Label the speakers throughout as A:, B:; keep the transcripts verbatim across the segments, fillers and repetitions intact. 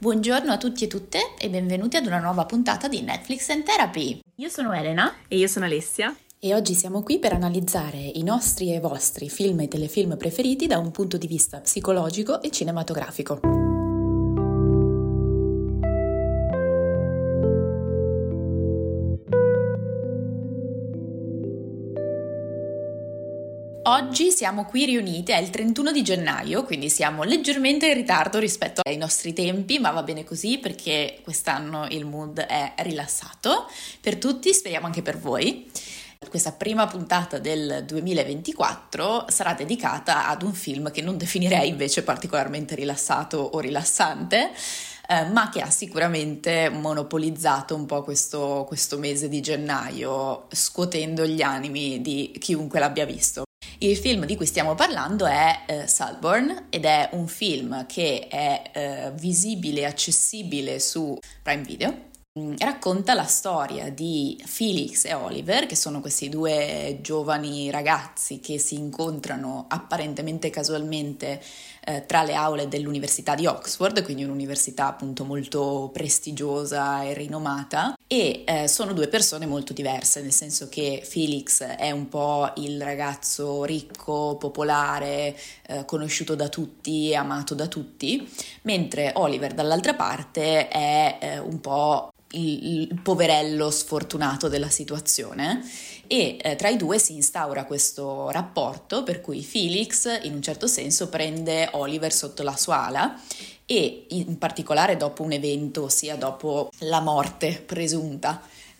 A: Buongiorno a tutti e tutte e benvenuti ad una nuova puntata di Netflix and Therapy. Io sono Elena
B: e io sono Alessia
C: e oggi siamo qui per analizzare i nostri e i vostri film e telefilm preferiti da un punto di vista psicologico e cinematografico.
A: Oggi siamo qui riunite, è il trentuno di gennaio, quindi siamo leggermente in ritardo rispetto ai nostri tempi, ma va bene così perché quest'anno il mood è rilassato per tutti, speriamo anche per voi. Questa prima puntata del duemilaventiquattro sarà dedicata ad un film che non definirei invece particolarmente rilassato o rilassante, eh, ma che ha sicuramente monopolizzato un po' questo, questo mese di gennaio, scuotendo gli animi di chiunque l'abbia visto. Il film di cui stiamo parlando è eh, Saltburn ed è un film che è eh, visibile e accessibile su Prime Video. Racconta la storia di Felix e Oliver, che sono questi due giovani ragazzi che si incontrano apparentemente casualmente eh, tra le aule dell'Università di Oxford, quindi un'università appunto molto prestigiosa e rinomata, e eh, sono due persone molto diverse, nel senso che Felix è un po' il ragazzo ricco, popolare, eh, conosciuto da tutti, amato da tutti, mentre Oliver dall'altra parte è eh, un po' il, il poverello sfortunato della situazione e eh, tra i due si instaura questo rapporto per cui Felix in un certo senso prende Oliver sotto la sua ala e in particolare dopo un evento, ossia dopo la morte presunta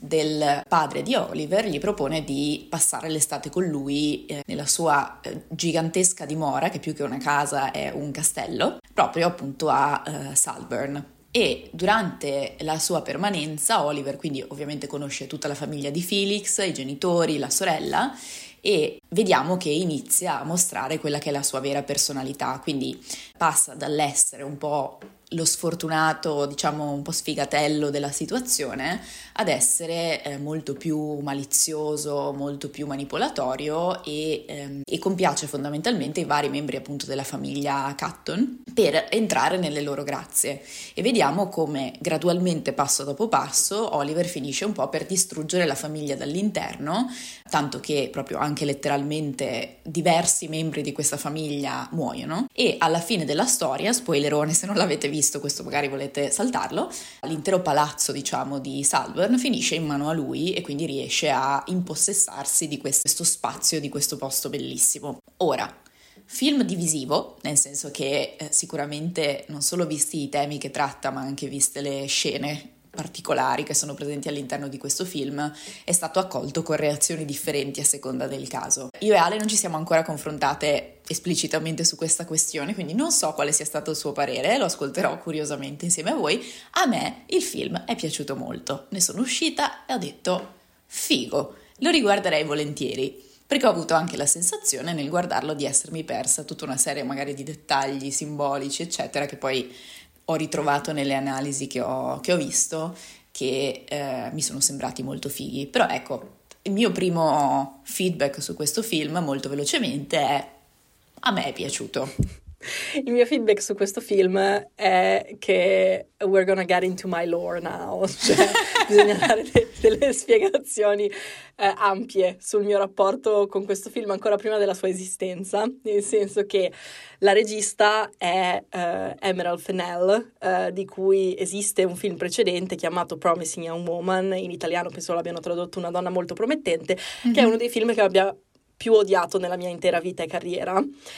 A: del padre di Oliver, gli propone di passare l'estate con lui eh, nella sua eh, gigantesca dimora, che più che una casa è un castello, proprio appunto a eh, Saltburn. E durante la sua permanenza Oliver quindi ovviamente conosce tutta la famiglia di Felix, i genitori, la sorella, e vediamo che inizia a mostrare quella che è la sua vera personalità, quindi passa dall'essere un po' lo sfortunato, diciamo un po' sfigatello della situazione, ad essere eh, molto più malizioso, molto più manipolatorio e, ehm, e compiace fondamentalmente i vari membri appunto della famiglia Cutton per entrare nelle loro grazie. E vediamo come gradualmente, passo dopo passo, Oliver finisce un po' per distruggere la famiglia dall'interno, tanto che proprio anche letteralmente diversi membri di questa famiglia muoiono e alla fine della storia, spoilerone se non l'avete visto, questo magari volete saltarlo, l'intero palazzo diciamo di Saltburn finisce in mano a lui e quindi riesce a impossessarsi di questo spazio, di questo posto bellissimo. Ora, film divisivo, nel senso che eh, sicuramente non solo visti i temi che tratta ma anche viste le scene particolari che sono presenti all'interno di questo film, è stato accolto con reazioni differenti a seconda del caso. Io e Ale non ci siamo ancora confrontate esplicitamente su questa questione, quindi non so quale sia stato il suo parere, lo ascolterò curiosamente insieme a voi. A me il film è piaciuto molto, ne sono uscita e ho detto figo, lo riguarderei volentieri, perché ho avuto anche la sensazione nel guardarlo di essermi persa tutta una serie magari di dettagli simbolici eccetera che poi ho ritrovato nelle analisi che ho, che ho visto, che eh, mi sono sembrati molto fighi. Però ecco, il mio primo feedback su questo film, molto velocemente, è: a me è piaciuto.
B: Il mio feedback su questo film è che we're gonna get into my lore now, cioè bisogna dare de- delle spiegazioni eh, ampie sul mio rapporto con questo film ancora prima della sua esistenza, nel senso che la regista è eh, Emerald Fennell, eh, di cui esiste un film precedente chiamato Promising Young Woman, in italiano penso l'abbiano tradotto Una donna molto promettente, mm-hmm. che è uno dei film che abbia più odiato nella mia intera vita e carriera.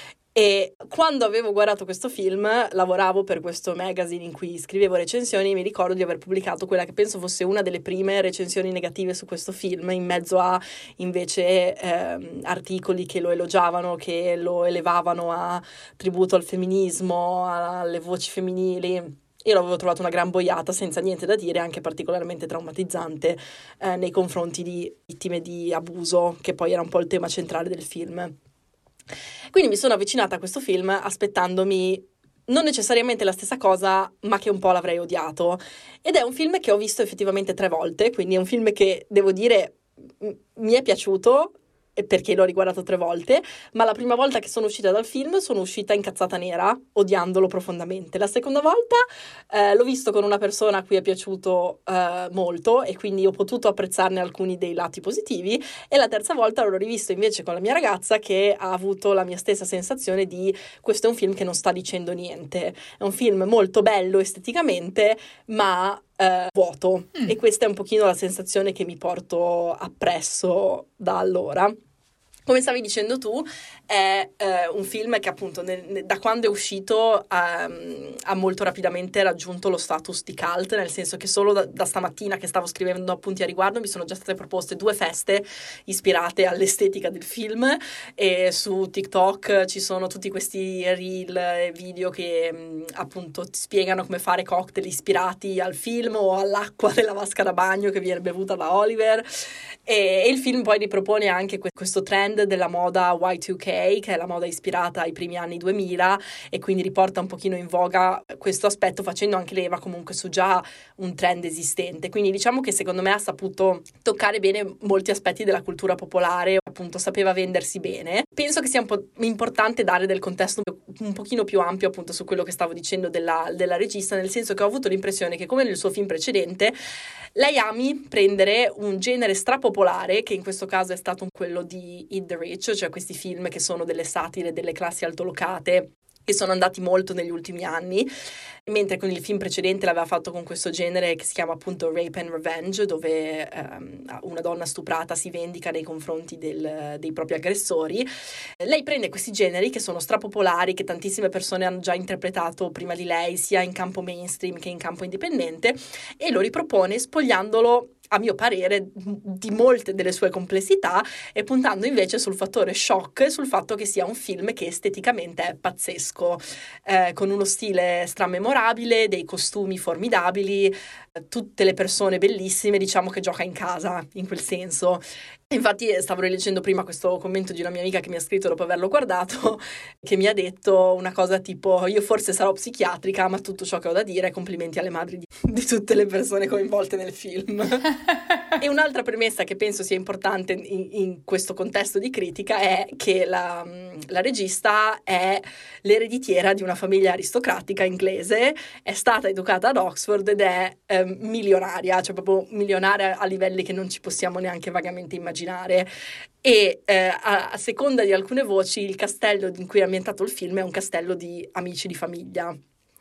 B: E quando avevo guardato questo film lavoravo per questo magazine in cui scrivevo recensioni e mi ricordo di aver pubblicato quella che penso fosse una delle prime recensioni negative su questo film, in mezzo a invece ehm, articoli che lo elogiavano, che lo elevavano a tributo al femminismo, alle voci femminili. Io l'avevo trovato una gran boiata, senza niente da dire, anche particolarmente traumatizzante eh, nei confronti di vittime di abuso, che poi era un po' il tema centrale del film. Quindi mi sono avvicinata a questo film aspettandomi non necessariamente la stessa cosa, ma che un po' l'avrei odiato. Ed è un film che ho visto effettivamente tre volte, quindi è un film che, devo dire, m- mi è piaciuto, perché l'ho riguardato tre volte, ma la prima volta che sono uscita dal film sono uscita incazzata nera, odiandolo profondamente. La seconda volta eh, l'ho visto con una persona a cui è piaciuto eh, molto e quindi ho potuto apprezzarne alcuni dei lati positivi, e la terza volta l'ho rivisto invece con la mia ragazza, che ha avuto la mia stessa sensazione di questo è un film che non sta dicendo niente, è un film molto bello esteticamente ma Uh, vuoto, mm. e questa è un pochino la sensazione che mi porto appresso da allora. Come stavi dicendo tu, è uh, un film che appunto nel, da quando è uscito um, ha molto rapidamente raggiunto lo status di cult, nel senso che solo da, da stamattina che stavo scrivendo appunti a riguardo mi sono già state proposte due feste ispirate all'estetica del film, e su TikTok ci sono tutti questi reel e video che um, appunto ti spiegano come fare cocktail ispirati al film o all'acqua della vasca da bagno che viene bevuta da Oliver, e, e il film poi ripropone anche que- questo trend della moda Y due K, che è la moda ispirata ai primi anni duemila, e quindi riporta un pochino in voga questo aspetto, facendo anche leva comunque su già un trend esistente. Quindi diciamo che secondo me ha saputo toccare bene molti aspetti della cultura popolare, appunto sapeva vendersi bene. Penso che sia un po' importante dare del contesto un pochino più ampio appunto su quello che stavo dicendo della, della regista, nel senso che ho avuto l'impressione che, come nel suo film precedente, lei ami prendere un genere strapopolare, che in questo caso è stato quello di Eat the Rich, cioè questi film che sono delle satire delle classi altolocate, che sono andati molto negli ultimi anni, mentre con il film precedente l'aveva fatto con questo genere che si chiama appunto Rape and Revenge, dove um, una donna stuprata si vendica nei confronti del, dei propri aggressori. Lei prende questi generi che sono strapopolari, che tantissime persone hanno già interpretato prima di lei, sia in campo mainstream che in campo indipendente, e lo ripropone spogliandolo, a mio parere, di molte delle sue complessità, e puntando invece sul fattore shock e sul fatto che sia un film che esteticamente è pazzesco, eh, con uno stile stramemorabile, dei costumi formidabili, eh, tutte le persone bellissime, diciamo che gioca in casa in quel senso. Infatti stavo rileggendo prima questo commento di una mia amica che mi ha scritto dopo averlo guardato, che mi ha detto una cosa tipo: io forse sarò psichiatrica, ma tutto ciò che ho da dire è complimenti alle madri di, di tutte le persone coinvolte nel film. E un'altra premessa che penso sia importante in, in questo contesto di critica è che la, la regista è l'ereditiera di una famiglia aristocratica inglese, è stata educata ad Oxford ed è eh, milionaria, cioè proprio milionaria a livelli che non ci possiamo neanche vagamente immaginare. E eh, a, a seconda di alcune voci il castello in cui è ambientato il film è un castello di amici di famiglia.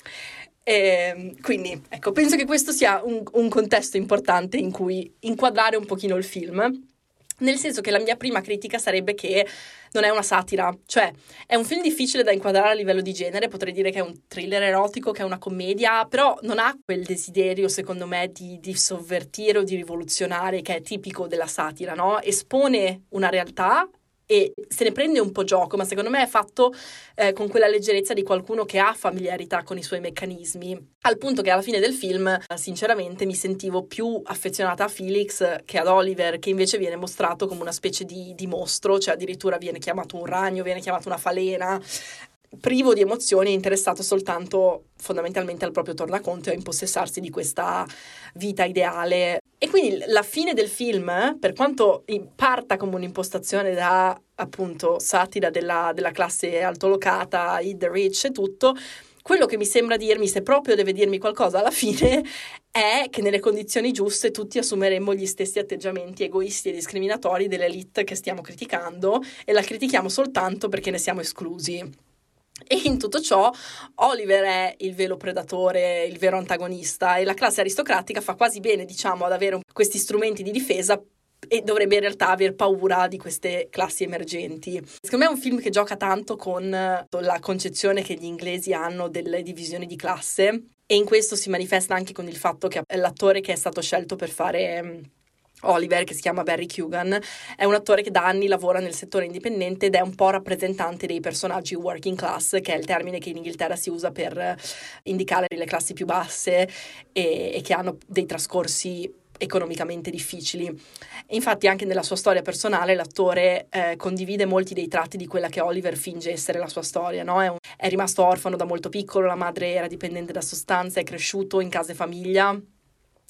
B: E quindi ecco, penso che questo sia un, un contesto importante in cui inquadrare un pochino il film, nel senso che la mia prima critica sarebbe che non è una satira, cioè è un film difficile da inquadrare a livello di genere, potrei dire che è un thriller erotico, che è una commedia, però non ha quel desiderio, secondo me, di, di sovvertire o di rivoluzionare che è tipico della satira, no? Espone una realtà e se ne prende un po' gioco, ma secondo me è fatto eh, con quella leggerezza di qualcuno che ha familiarità con i suoi meccanismi, al punto che alla fine del film eh, sinceramente mi sentivo più affezionata a Felix che ad Oliver, che invece viene mostrato come una specie di, di mostro, cioè addirittura viene chiamato un ragno, viene chiamato una falena, privo di emozioni, interessato soltanto fondamentalmente al proprio tornaconto e a impossessarsi di questa vita ideale. E quindi la fine del film, per quanto parta come un'impostazione da appunto satira della, della classe altolocata, Eat the Rich e tutto, quello che mi sembra dirmi, se proprio deve dirmi qualcosa alla fine, è che nelle condizioni giuste tutti assumeremmo gli stessi atteggiamenti egoisti e discriminatori dell'elite che stiamo criticando, e la critichiamo soltanto perché ne siamo esclusi. E in tutto ciò Oliver è il vero predatore, il vero antagonista, e la classe aristocratica fa quasi bene, diciamo, ad avere questi strumenti di difesa, e dovrebbe in realtà aver paura di queste classi emergenti. Secondo me è un film che gioca tanto con la concezione che gli inglesi hanno delle divisioni di classe, e in questo si manifesta anche con il fatto che l'attore che è stato scelto per fare Oliver, che si chiama Barry Keoghan, è un attore che da anni lavora nel settore indipendente ed è un po' rappresentante dei personaggi working class, che è il termine che in Inghilterra si usa per indicare le classi più basse e, e che hanno dei trascorsi economicamente difficili. Infatti anche nella sua storia personale l'attore eh, condivide molti dei tratti di quella che Oliver finge essere la sua storia, no? È, un, è rimasto orfano da molto piccolo, la madre era dipendente da sostanze, è cresciuto in casa e famiglia,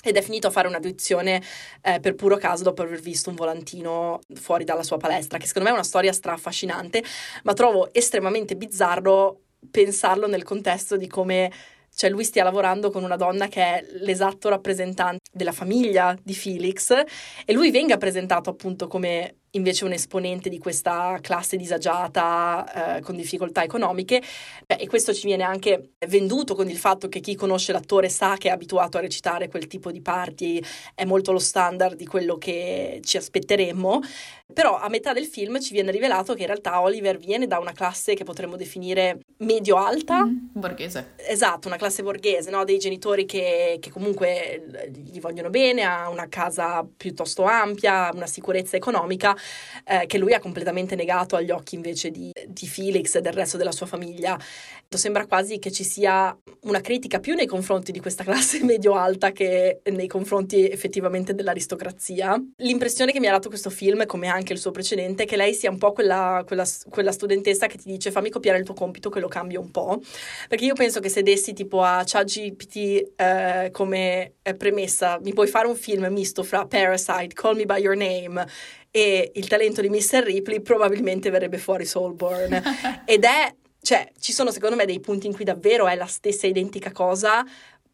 B: ed è finito a fare un'audizione eh, per puro caso dopo aver visto un volantino fuori dalla sua palestra, che secondo me è una storia straaffascinante, ma trovo estremamente bizzarro pensarlo nel contesto di come, cioè, lui stia lavorando con una donna che è l'esatto rappresentante della famiglia di Felix e lui venga presentato appunto come invece un esponente di questa classe disagiata eh, con difficoltà economiche. Beh, e questo ci viene anche venduto con il fatto che chi conosce l'attore sa che è abituato a recitare quel tipo di parti, è molto lo standard di quello che ci aspetteremmo, però a metà del film ci viene rivelato che in realtà Oliver viene da una classe che potremmo definire medio-alta.
A: Mm, borghese.
B: Esatto, una classe borghese, no? Dei genitori che, che comunque gli vogliono bene, ha una casa piuttosto ampia, una sicurezza economica, Eh, che lui ha completamente negato agli occhi invece di, di Felix e del resto della sua famiglia. Sembra quasi che ci sia una critica più nei confronti di questa classe medio-alta che nei confronti effettivamente dell'aristocrazia. L'impressione che mi ha dato questo film, come anche il suo precedente, è che lei sia un po' quella, quella, quella studentessa che ti dice fammi copiare il tuo compito che lo cambio un po', perché io penso che se dessi tipo a ChatGPT eh, come eh, premessa mi puoi fare un film misto fra Parasite, Call Me By Your Name e Il talento di mister Ripley, probabilmente verrebbe fuori Saltburn. Ed è, cioè, ci sono secondo me dei punti in cui davvero è la stessa identica cosa,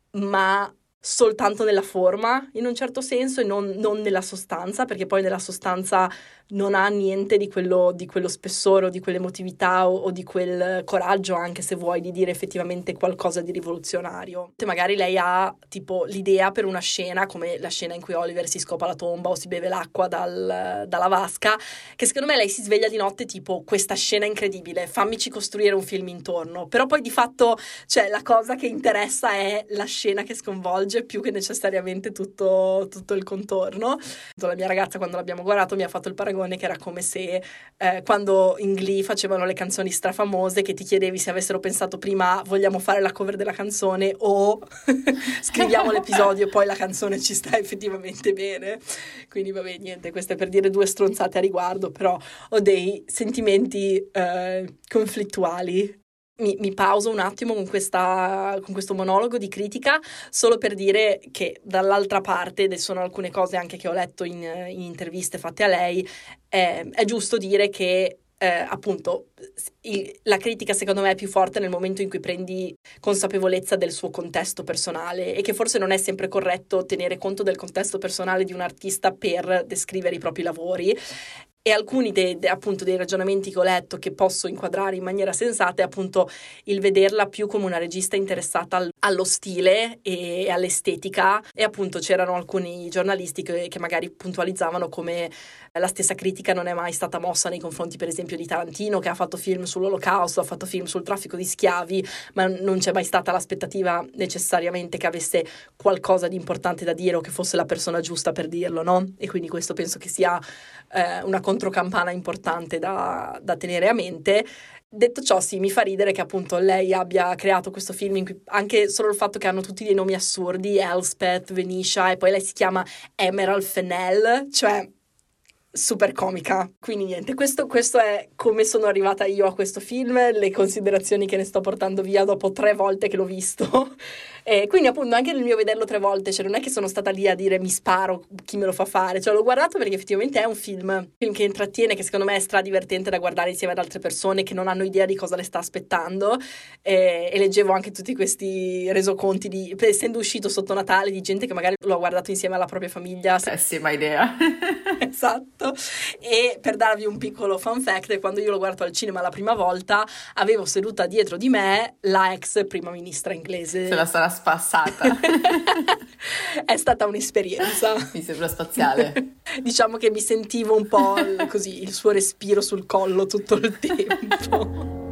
B: ma soltanto nella forma, in un certo senso, e non, non nella sostanza, perché poi nella sostanza non ha niente di quello, di quello spessore o di quell'emotività o, o di quel coraggio, anche se vuoi, di dire effettivamente qualcosa di rivoluzionario. Magari lei ha tipo l'idea per una scena, come la scena in cui Oliver si scopa la tomba o si beve l'acqua dal, dalla vasca, che secondo me lei si sveglia di notte tipo questa scena incredibile, fammici costruire un film intorno, però poi di fatto, cioè, la cosa che interessa è la scena che sconvolge più che necessariamente tutto, tutto il contorno. La mia ragazza, quando l'abbiamo guardato, mi ha fatto il paragone che era come se eh, quando in Glee facevano le canzoni strafamose, che ti chiedevi se avessero pensato prima vogliamo fare la cover della canzone o scriviamo l'episodio e poi la canzone ci sta effettivamente bene. Quindi vabbè, niente, questo è per dire due stronzate a riguardo, però ho dei sentimenti eh, conflittuali. Mi, mi pauso un attimo con, questa, con questo monologo di critica solo per dire che dall'altra parte, ed sono alcune cose anche che ho letto in, in interviste fatte a lei, eh, è giusto dire che eh, appunto il, la critica secondo me è più forte nel momento in cui prendi consapevolezza del suo contesto personale e che forse non è sempre corretto tenere conto del contesto personale di un artista per descrivere i propri lavori. E alcuni dei, de, appunto dei ragionamenti che ho letto che posso inquadrare in maniera sensata è appunto il vederla più come una regista interessata al, allo stile e, e all'estetica, e appunto c'erano alcuni giornalisti che, che magari puntualizzavano come la stessa critica non è mai stata mossa nei confronti per esempio di Tarantino, che ha fatto film sull'Olocausto, ha fatto film sul traffico di schiavi, ma non c'è mai stata l'aspettativa necessariamente che avesse qualcosa di importante da dire o che fosse la persona giusta per dirlo, no? E quindi questo penso che sia eh, una controcampana importante da, da tenere a mente. Detto ciò, sì, mi fa ridere che appunto lei abbia creato questo film in cui anche solo il fatto che hanno tutti dei nomi assurdi, Elspeth, Venetia, e poi lei si chiama Emerald Fennell, cioè super comica. Quindi niente, questo, questo è come sono arrivata io a questo film, le considerazioni che ne sto portando via dopo tre volte che l'ho visto. E quindi appunto anche nel mio vederlo tre volte, cioè non è che sono stata lì a dire mi sparo chi me lo fa fare, cioè l'ho guardato perché effettivamente è un film, film che intrattiene, che secondo me è stradivertente da guardare insieme ad altre persone che non hanno idea di cosa le sta aspettando, e, e leggevo anche tutti questi resoconti di, essendo uscito sotto Natale, di gente che magari lo ha guardato insieme alla propria famiglia.
A: Pessima idea.
B: Esatto. E per darvi un piccolo fun fact, quando io l'ho guardato al cinema la prima volta avevo seduta dietro di me la ex prima ministra inglese.
A: Se la sarà spassata.
B: È stata un'esperienza.
A: Mi sembra spaziale.
B: Diciamo che mi sentivo un po' così, il suo respiro sul collo tutto il tempo.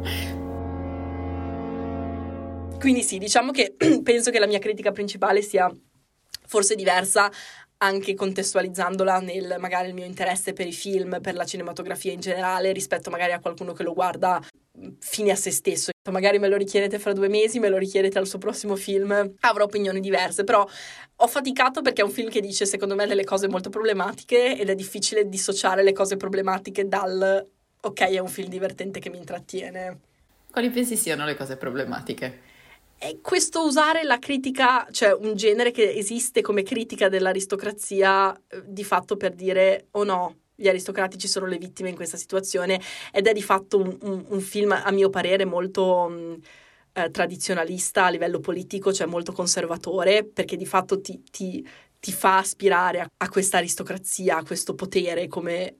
B: Quindi sì, diciamo che penso che la mia critica principale sia forse diversa, anche contestualizzandola nel magari il mio interesse per i film, per la cinematografia in generale, rispetto magari a qualcuno che lo guarda fine a se stesso. Magari me lo richiedete fra due mesi, me lo richiedete al suo prossimo film, avrò opinioni diverse, però ho faticato perché è un film che dice secondo me delle cose molto problematiche ed è difficile dissociare le cose problematiche dal ok, è un film divertente che mi intrattiene.
A: Quali pensi siano le cose problematiche?
B: E questo usare la critica, cioè un genere che esiste come critica dell'aristocrazia, eh, di fatto per dire o oh no, gli aristocratici sono le vittime in questa situazione, ed è di fatto un, un, un film, a mio parere, molto mh, eh, tradizionalista a livello politico, cioè molto conservatore, perché di fatto ti, ti, ti fa aspirare a, a questa aristocrazia, a questo potere, come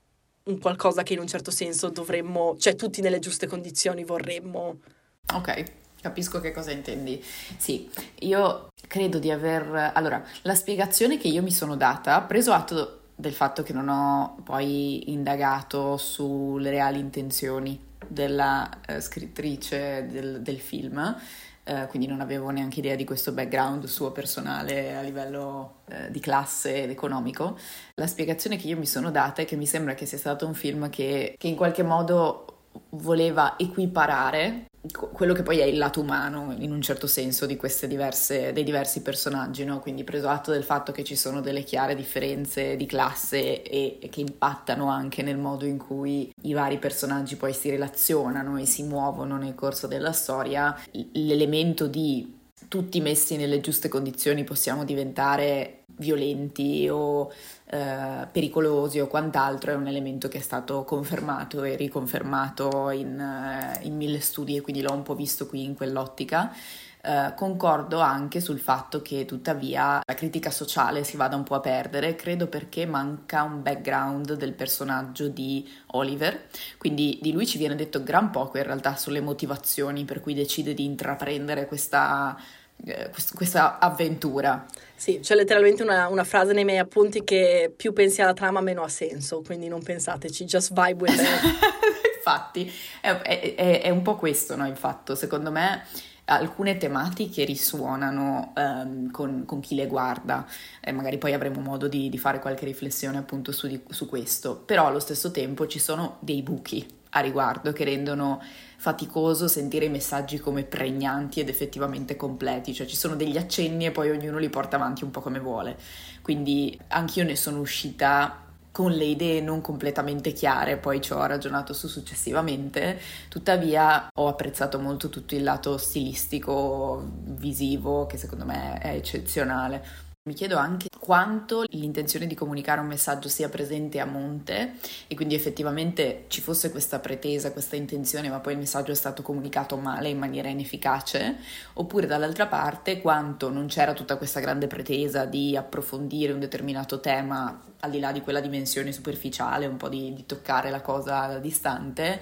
B: un qualcosa che in un certo senso dovremmo, cioè tutti nelle giuste condizioni vorremmo.
A: Ok. Capisco che cosa intendi. Sì, io credo di aver... Allora, la spiegazione che io mi sono data, preso atto del fatto che non ho poi indagato sulle reali intenzioni della eh, scrittrice del, del film, eh, quindi non avevo neanche idea di questo background suo personale a livello eh, di classe ed economico. La spiegazione che io mi sono data è che mi sembra che sia stato un film che, che in qualche modo voleva equiparare quello che poi è il lato umano in un certo senso di queste diverse, dei diversi personaggi, no? Quindi preso atto del fatto che ci sono delle chiare differenze di classe e, e che impattano anche nel modo in cui i vari personaggi poi si relazionano e si muovono nel corso della storia, l'elemento di tutti messi nelle giuste condizioni possiamo diventare violenti o eh, pericolosi o quant'altro è un elemento che è stato confermato e riconfermato in, eh, in mille studi, e quindi l'ho un po' visto qui in quell'ottica. Eh, concordo anche sul fatto che tuttavia la critica sociale si vada un po' a perdere, credo perché manca un background del personaggio di Oliver, quindi di lui ci viene detto gran poco in realtà sulle motivazioni per cui decide di intraprendere questa, eh, quest- questa avventura.
B: Sì, c'è letteralmente una, una frase nei miei appunti che più pensi alla trama meno ha senso, quindi non pensateci, just vibe with it.
A: Infatti, è, è, è un po' questo, no, il fatto, secondo me alcune tematiche risuonano um, con, con chi le guarda, e magari poi avremo modo di, di fare qualche riflessione appunto su, di, su questo, però allo stesso tempo ci sono dei buchi a riguardo che rendono faticoso sentire i messaggi come pregnanti ed effettivamente completi, cioè ci sono degli accenni e poi ognuno li porta avanti un po' come vuole, quindi anch'io ne sono uscita con le idee non completamente chiare, poi ci ho ragionato su successivamente, tuttavia ho apprezzato molto tutto il lato stilistico, visivo, che secondo me è eccezionale. Mi chiedo anche quanto l'intenzione di comunicare un messaggio sia presente a monte e quindi effettivamente ci fosse questa pretesa, questa intenzione, ma poi il messaggio è stato comunicato male, in maniera inefficace, oppure dall'altra parte quanto non c'era tutta questa grande pretesa di approfondire un determinato tema al di là di quella dimensione superficiale, un po' di, di toccare la cosa da distante,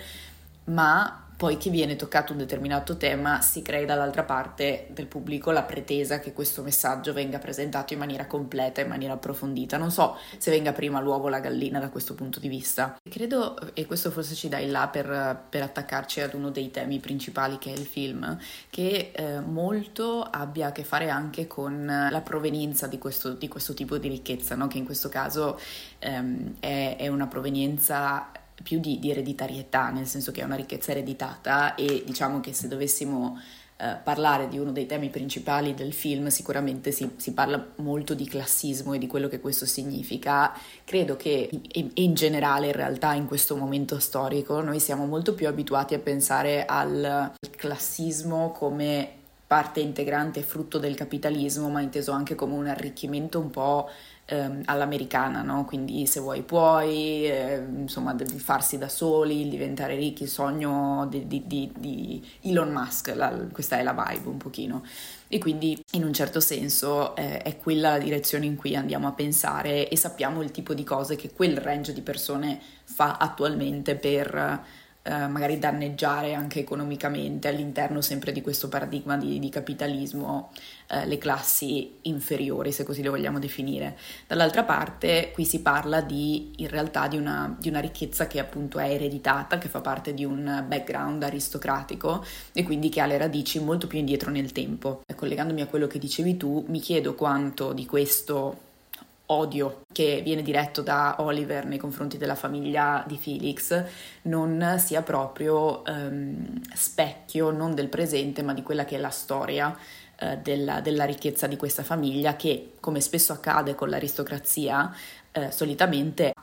A: ma poi che viene toccato un determinato tema si crei dall'altra parte del pubblico la pretesa che questo messaggio venga presentato in maniera completa, in maniera approfondita. Non so se venga prima l'uovo o la gallina da questo punto di vista. Credo, e questo forse ci dà il là per, per attaccarci ad uno dei temi principali che è il film, che eh, molto abbia a che fare anche con la provenienza di questo, di questo tipo di ricchezza, no? Che in questo caso ehm, è, è una provenienza più di, di ereditarietà, nel senso che è una ricchezza ereditata, e diciamo che se dovessimo eh, parlare di uno dei temi principali del film sicuramente si, si parla molto di classismo e di quello che questo significa. Credo che in, in generale in realtà in questo momento storico noi siamo molto più abituati a pensare al classismo come parte integrante e frutto del capitalismo, ma inteso anche come un arricchimento un po' all'americana, no? Quindi se vuoi puoi, eh, insomma, di farsi da soli, il diventare ricchi, il sogno di, di, di, di Elon Musk, la, questa è la vibe un pochino, e quindi in un certo senso eh, è quella la direzione in cui andiamo a pensare, e sappiamo il tipo di cose che quel range di persone fa attualmente per Uh, magari danneggiare anche economicamente all'interno sempre di questo paradigma di, di capitalismo uh, le classi inferiori, se così le vogliamo definire. Dall'altra parte qui si parla di in realtà di una, di una ricchezza che appunto è ereditata, che fa parte di un background aristocratico e quindi che ha le radici molto più indietro nel tempo. E collegandomi a quello che dicevi tu, mi chiedo quanto di questo odio che viene diretto da Oliver nei confronti della famiglia di Felix non sia proprio um, specchio non del presente ma di quella che è la storia uh, della, della ricchezza di questa famiglia, che come spesso accade con l'aristocrazia uh, solitamente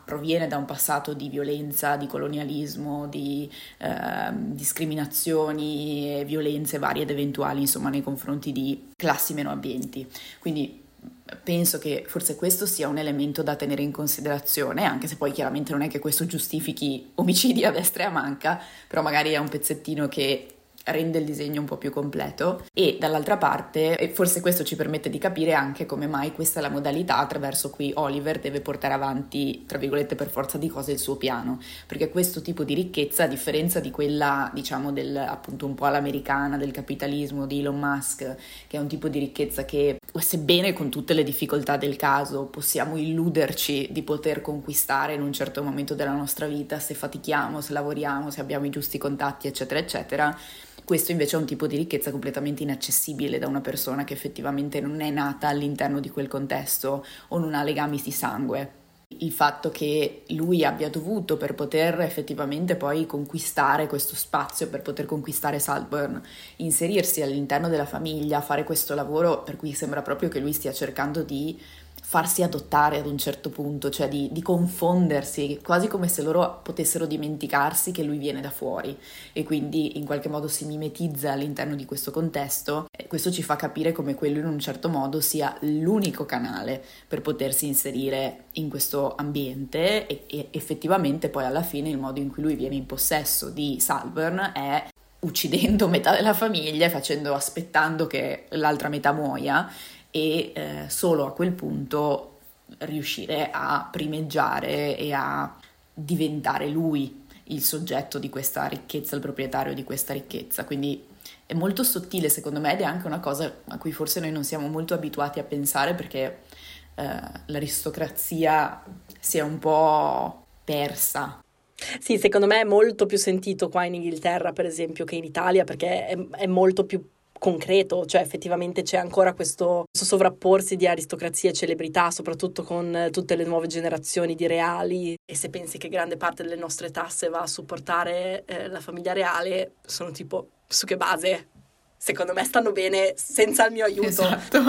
A: proviene da un passato di violenza, di colonialismo, di eh, discriminazioni e violenze varie ed eventuali, insomma, nei confronti di classi meno abbienti. Quindi penso che forse questo sia un elemento da tenere in considerazione, anche se poi chiaramente non è che questo giustifichi omicidi a destra e a manca, però magari è un pezzettino che rende il disegno un po' più completo. E dall'altra parte, e forse questo ci permette di capire anche come mai questa è la modalità attraverso cui Oliver deve portare avanti, tra virgolette, per forza di cose il suo piano, perché questo tipo di ricchezza, a differenza di quella, diciamo, del appunto un po' all'americana, del capitalismo di Elon Musk, che è un tipo di ricchezza che, sebbene con tutte le difficoltà del caso possiamo illuderci di poter conquistare in un certo momento della nostra vita, se fatichiamo, se lavoriamo, se abbiamo i giusti contatti, eccetera eccetera, questo invece è un tipo di ricchezza completamente inaccessibile da una persona che effettivamente non è nata all'interno di quel contesto o non ha legami di sangue. Il fatto che lui abbia dovuto, per poter effettivamente poi conquistare questo spazio, per poter conquistare Saltburn, inserirsi all'interno della famiglia, fare questo lavoro per cui sembra proprio che lui stia cercando di farsi adottare ad un certo punto, cioè di, di confondersi, quasi come se loro potessero dimenticarsi che lui viene da fuori e quindi in qualche modo si mimetizza all'interno di questo contesto. E questo ci fa capire come quello in un certo modo sia l'unico canale per potersi inserire in questo ambiente e, e effettivamente poi alla fine il modo in cui lui viene in possesso di Saltburn è uccidendo metà della famiglia e facendo, aspettando che l'altra metà muoia, e eh, solo a quel punto riuscire a primeggiare e a diventare lui il soggetto di questa ricchezza, il proprietario di questa ricchezza. Quindi è molto sottile secondo me ed è anche una cosa a cui forse noi non siamo molto abituati a pensare, perché eh, l'aristocrazia si è un po' persa.
B: Sì, secondo me è molto più sentito qua in Inghilterra, per esempio, che in Italia, perché è, è molto più concreto, cioè effettivamente c'è ancora questo, questo sovrapporsi di aristocrazia e celebrità, soprattutto con tutte le nuove generazioni di reali, e se pensi che grande parte delle nostre tasse va a supportare eh, la famiglia reale, sono tipo, su che base? Secondo me stanno bene senza il mio aiuto.
A: Esatto,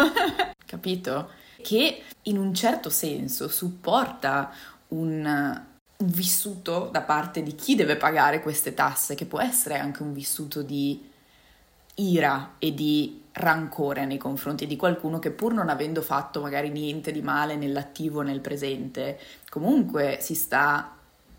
A: capito? Che in un certo senso supporta un... un vissuto da parte di chi deve pagare queste tasse, che può essere anche un vissuto di ira e di rancore nei confronti di qualcuno che, pur non avendo fatto magari niente di male nell'attivo nel presente, comunque si sta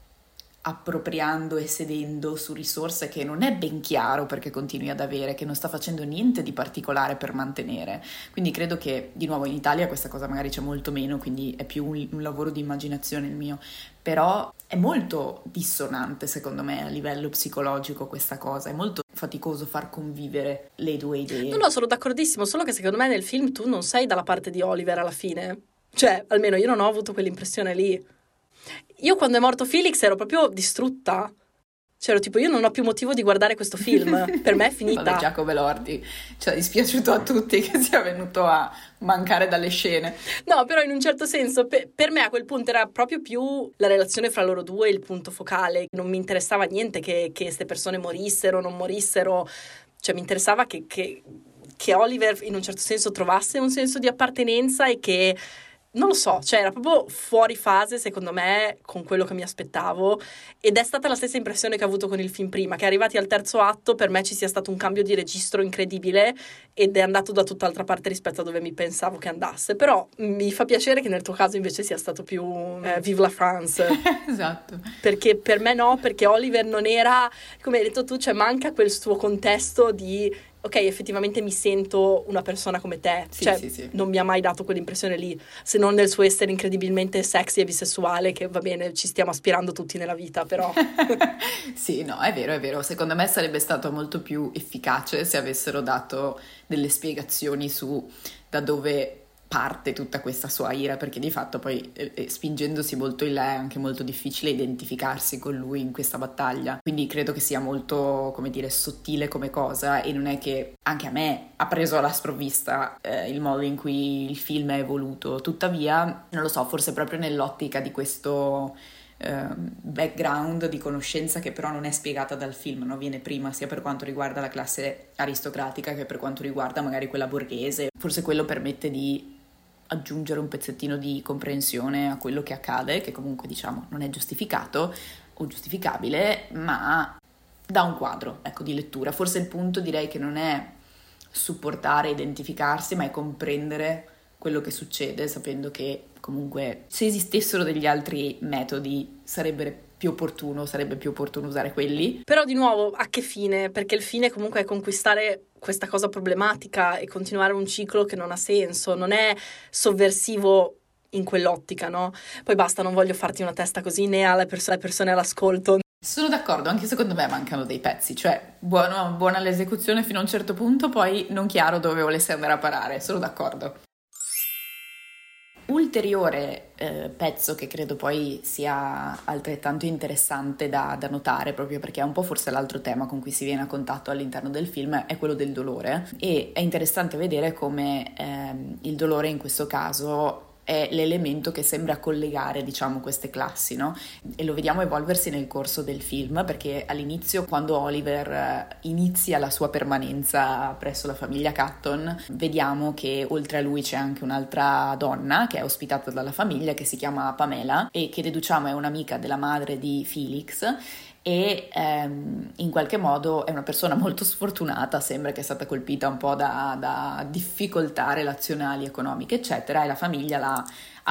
A: appropriando e sedendo su risorse che non è ben chiaro perché continui ad avere, che non sta facendo niente di particolare per mantenere. Quindi credo che, di nuovo, in Italia questa cosa magari c'è molto meno, quindi è più un, un lavoro di immaginazione il mio, però è molto dissonante secondo me a livello psicologico questa cosa, è molto faticoso far convivere le due idee.
B: No, no, sono d'accordissimo, solo che secondo me nel film tu non sei dalla parte di Oliver alla fine, cioè almeno io non ho avuto quell'impressione lì. Io quando è morto Felix ero proprio distrutta, cioè ero tipo, io non ho più motivo di guardare questo film, per me è finita.
A: Vabbè, Giacomo Elordi, cioè è dispiaciuto a tutti che sia venuto a mancare dalle scene.
B: No, però in un certo senso per, per me a quel punto era proprio più la relazione fra loro due il punto focale, non mi interessava niente che queste persone morissero, non morissero, cioè mi interessava che, che, che Oliver in un certo senso trovasse un senso di appartenenza e che, non lo so, cioè era proprio fuori fase secondo me con quello che mi aspettavo, ed è stata la stessa impressione che ho avuto con il film prima, che arrivati al terzo atto per me ci sia stato un cambio di registro incredibile ed è andato da tutt'altra parte rispetto a dove mi pensavo che andasse, però mi fa piacere che nel tuo caso invece sia stato più eh, Vive la France.
A: Esatto.
B: Perché per me no, perché Oliver non era, come hai detto tu, cioè manca quel suo contesto di ok, effettivamente mi sento una persona come te,
A: sì,
B: cioè
A: sì, sì.
B: non mi ha mai dato quell'impressione lì, se non nel suo essere incredibilmente sexy e bisessuale, che va bene, ci stiamo aspirando tutti nella vita, però.
A: Sì, no, è vero, è vero, secondo me sarebbe stato molto più efficace se avessero dato delle spiegazioni su da dove parte tutta questa sua ira, perché di fatto poi eh, spingendosi molto in là è anche molto difficile identificarsi con lui in questa battaglia, quindi credo che sia molto, come dire, sottile come cosa, e non è che anche a me ha preso alla sprovvista eh, il modo in cui il film è evoluto, tuttavia non lo so, forse proprio nell'ottica di questo background di conoscenza che però non è spiegata dal film, no? Viene prima sia per quanto riguarda la classe aristocratica che per quanto riguarda magari quella borghese, forse quello permette di aggiungere un pezzettino di comprensione a quello che accade, che comunque diciamo non è giustificato o giustificabile, ma dà un quadro, ecco, di lettura. Forse il punto, direi, che non è supportare, identificarsi, ma è comprendere quello che succede, sapendo che comunque se esistessero degli altri metodi sarebbe più opportuno, sarebbe più opportuno usare quelli.
B: Però di nuovo, a che fine? Perché il fine comunque è conquistare questa cosa problematica e continuare un ciclo che non ha senso, non è sovversivo in quell'ottica, no? Poi basta, non voglio farti una testa così né alle persone, alle persone all'ascolto.
A: Sono d'accordo, anche secondo me mancano dei pezzi, cioè buono, buona l'esecuzione fino a un certo punto, poi non chiaro dove volesse andare a parare, sono d'accordo. Ulteriore eh, pezzo che credo poi sia altrettanto interessante da, da notare, proprio perché è un po' forse l'altro tema con cui si viene a contatto all'interno del film, è quello del dolore, e è interessante vedere come ehm, il dolore in questo caso è l'elemento che sembra collegare, diciamo, queste classi, no? E lo vediamo evolversi nel corso del film, perché all'inizio, quando Oliver inizia la sua permanenza presso la famiglia Cutton, vediamo che oltre a lui c'è anche un'altra donna che è ospitata dalla famiglia, che si chiama Pamela e che deduciamo è un'amica della madre di Felix, e ehm, in qualche modo è una persona molto sfortunata, sembra che è stata colpita un po' da, da difficoltà relazionali, economiche, eccetera, e la famiglia l'ha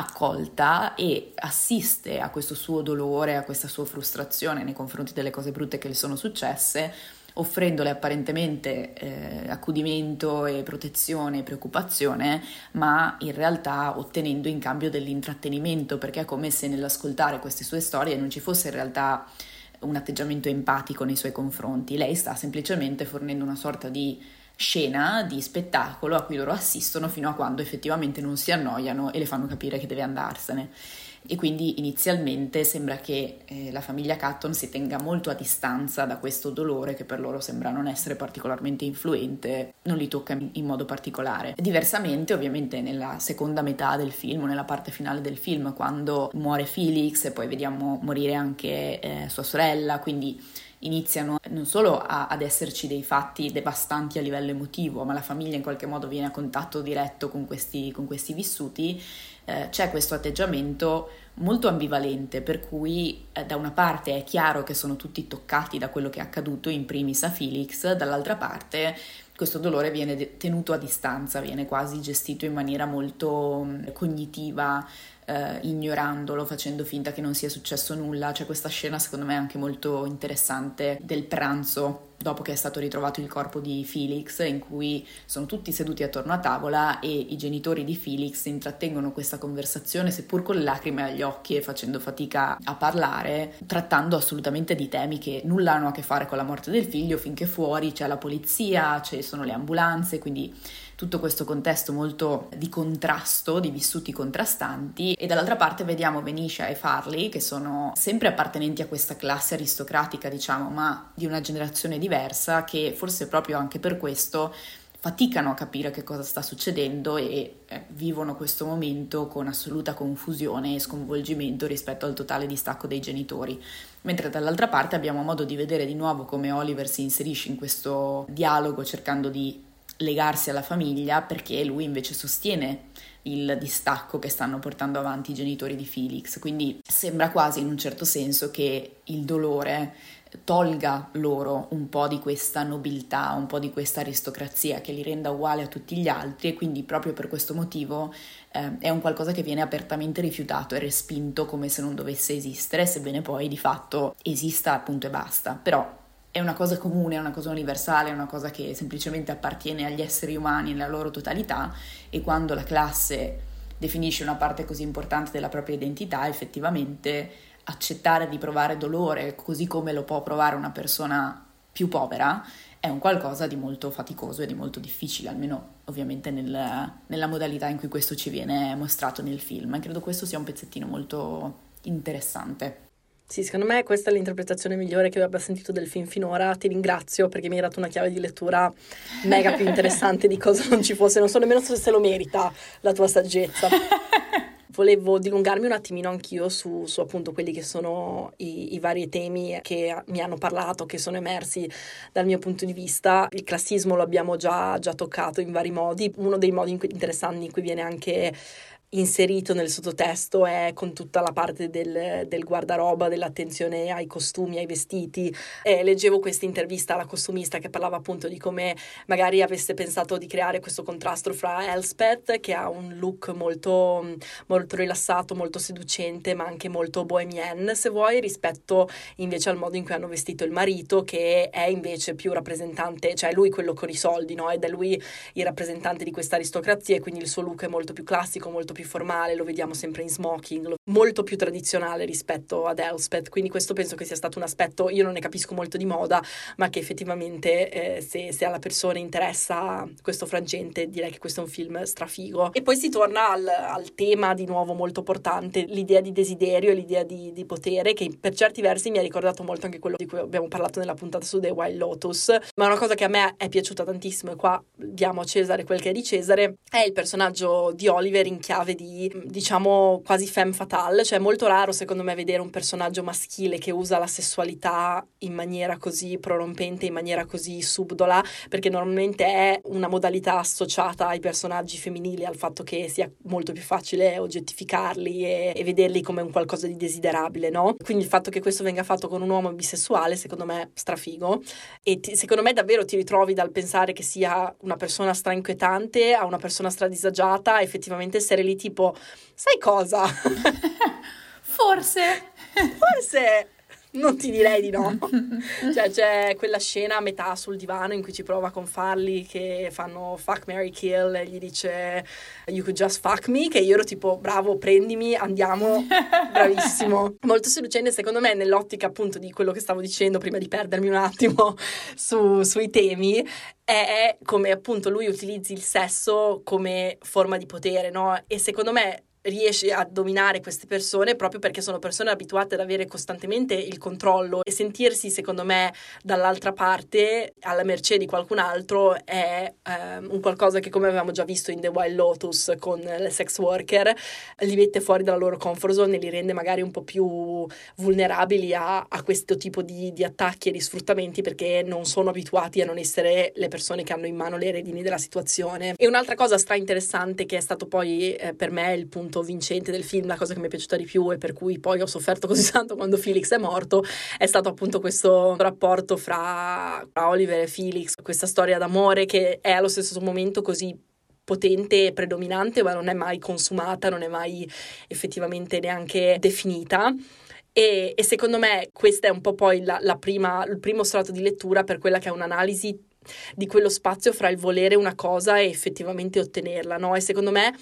A: accolta e assiste a questo suo dolore, a questa sua frustrazione nei confronti delle cose brutte che le sono successe, offrendole apparentemente eh, accudimento e protezione e preoccupazione, ma in realtà ottenendo in cambio dell'intrattenimento, perché è come se nell'ascoltare queste sue storie non ci fosse in realtà un atteggiamento empatico nei suoi confronti. Lei sta semplicemente fornendo una sorta di scena, di spettacolo a cui loro assistono fino a quando effettivamente non si annoiano e le fanno capire che deve andarsene. E quindi inizialmente sembra che eh, la famiglia Cutton si tenga molto a distanza da questo dolore che per loro sembra non essere particolarmente influente, non li tocca in, in modo particolare. Diversamente ovviamente nella seconda metà del film, nella parte finale del film, quando muore Felix e poi vediamo morire anche eh, sua sorella, quindi iniziano non solo a, ad esserci dei fatti devastanti a livello emotivo, ma la famiglia in qualche modo viene a contatto diretto con questi, con questi vissuti. Eh, c'è questo atteggiamento molto ambivalente, per cui eh, da una parte è chiaro che sono tutti toccati da quello che è accaduto, in primis a Felix, dall'altra parte questo dolore viene de- tenuto a distanza, viene quasi gestito in maniera molto mh, cognitiva, eh, ignorandolo, facendo finta che non sia successo nulla. C'è questa scena secondo me anche molto interessante del pranzo dopo che è stato ritrovato il corpo di Felix, in cui sono tutti seduti attorno a tavola e i genitori di Felix intrattengono questa conversazione, seppur con le lacrime agli occhi e facendo fatica a parlare, trattando assolutamente di temi che nulla hanno a che fare con la morte del figlio, finché fuori c'è la polizia, ci sono le ambulanze, quindi tutto questo contesto molto di contrasto, di vissuti contrastanti. E dall'altra parte vediamo Venetia e Farley, che sono sempre appartenenti a questa classe aristocratica, diciamo, ma di una generazione diversa, che forse proprio anche per questo faticano a capire che cosa sta succedendo e eh, vivono questo momento con assoluta confusione e sconvolgimento rispetto al totale distacco dei genitori. Mentre dall'altra parte abbiamo modo di vedere di nuovo come Oliver si inserisce in questo dialogo cercando di legarsi alla famiglia, perché lui invece sostiene il distacco che stanno portando avanti i genitori di Felix. Quindi sembra quasi in un certo senso che il dolore tolga loro un po' di questa nobiltà, un po' di questa aristocrazia che li renda uguali a tutti gli altri, e quindi proprio per questo motivo eh, è un qualcosa che viene apertamente rifiutato e respinto come se non dovesse esistere, sebbene poi di fatto esista, appunto, e basta. Però è una cosa comune, è una cosa universale, è una cosa che semplicemente appartiene agli esseri umani nella loro totalità, e quando la classe definisce una parte così importante della propria identità, effettivamente accettare di provare dolore così come lo può provare una persona più povera è un qualcosa di molto faticoso e di molto difficile, almeno ovviamente nel, nella modalità in cui questo ci viene mostrato nel film. E credo questo sia un pezzettino molto interessante.
B: Sì, secondo me questa è l'interpretazione migliore che io abbia sentito del film finora. Ti ringrazio perché mi hai dato una chiave di lettura mega più interessante di cosa non ci fosse. Non so nemmeno se lo merita la tua saggezza. volevo dilungarmi un attimino anch'io su, su appunto quelli che sono i, i vari temi che mi hanno parlato, che sono emersi dal mio punto di vista. Il classismo lo abbiamo già, già toccato in vari modi. Uno dei modi in cui, interessanti in cui viene anche inserito nel sottotesto è con tutta la parte del, del guardaroba, dell'attenzione ai costumi, ai vestiti. E leggevo questa intervista alla costumista che parlava appunto di come magari avesse pensato di creare questo contrasto fra Elspeth, che ha un look molto, molto rilassato, molto seducente, ma anche molto bohemienne, se vuoi, rispetto invece al modo in cui hanno vestito il marito, che è invece più rappresentante, cioè lui quello con i soldi, no? Ed è lui il rappresentante di questa aristocrazia, e quindi il suo look è molto più classico, molto più formale, lo vediamo sempre in smoking, molto più tradizionale rispetto ad Elspeth. Quindi questo penso che sia stato un aspetto, io non ne capisco molto di moda, ma che effettivamente eh, se, se alla persona interessa questo frangente, direi che questo è un film strafigo. E poi si torna al, al tema di nuovo molto portante, l'idea di desiderio e l'idea di, di potere, che per certi versi mi ha ricordato molto anche quello di cui abbiamo parlato nella puntata su The White Lotus, ma una cosa che a me è piaciuta tantissimo, e qua diamo a Cesare quel che è di Cesare, è il personaggio di Oliver in chiave di, diciamo, quasi femme fatale. Cioè è molto raro secondo me vedere un personaggio maschile che usa la sessualità in maniera così prorompente, in maniera così subdola, perché normalmente è una modalità associata ai personaggi femminili, al fatto che sia molto più facile oggettificarli e, e vederli come un qualcosa di desiderabile, no? Quindi il fatto che questo venga fatto con un uomo bisessuale secondo me è strafigo, e ti, secondo me davvero ti ritrovi dal pensare che sia una persona strainquietante a una persona stradisagiata, effettivamente essere lì tipo, sai cosa?
C: Forse.
B: Forse non ti direi di no. Cioè c'è quella scena a metà sul divano in cui ci prova con Farley che fanno fuck, marry, kill, e gli dice you could just fuck me, che io ero tipo bravo, prendimi, andiamo, bravissimo. Molto seducente secondo me, nell'ottica appunto di quello che stavo dicendo prima di perdermi un attimo su, sui temi, è come appunto lui utilizzi il sesso come forma di potere, no? E secondo me riesce a dominare queste persone proprio perché sono persone abituate ad avere costantemente il controllo, e sentirsi secondo me dall'altra parte alla mercé di qualcun altro è um, un qualcosa che, come avevamo già visto in The White Lotus con le sex worker, li mette fuori dalla loro comfort zone e li rende magari un po' più vulnerabili a, a questo tipo di, di attacchi e di sfruttamenti, perché non sono abituati a non essere le persone che hanno in mano le redini della situazione. E un'altra cosa stra interessante, che è stato poi eh, per me il punto vincente del film, la cosa che mi è piaciuta di più e per cui poi ho sofferto così tanto quando Felix è morto, è stato appunto questo rapporto fra, fra Oliver e Felix, questa storia d'amore che è allo stesso momento così potente e predominante, ma non è mai consumata, non è mai effettivamente neanche definita. E, e secondo me questa è un po' poi la, la prima, il primo strato di lettura per quella che è un'analisi di quello spazio fra il volere una cosa e effettivamente ottenerla, no? E secondo me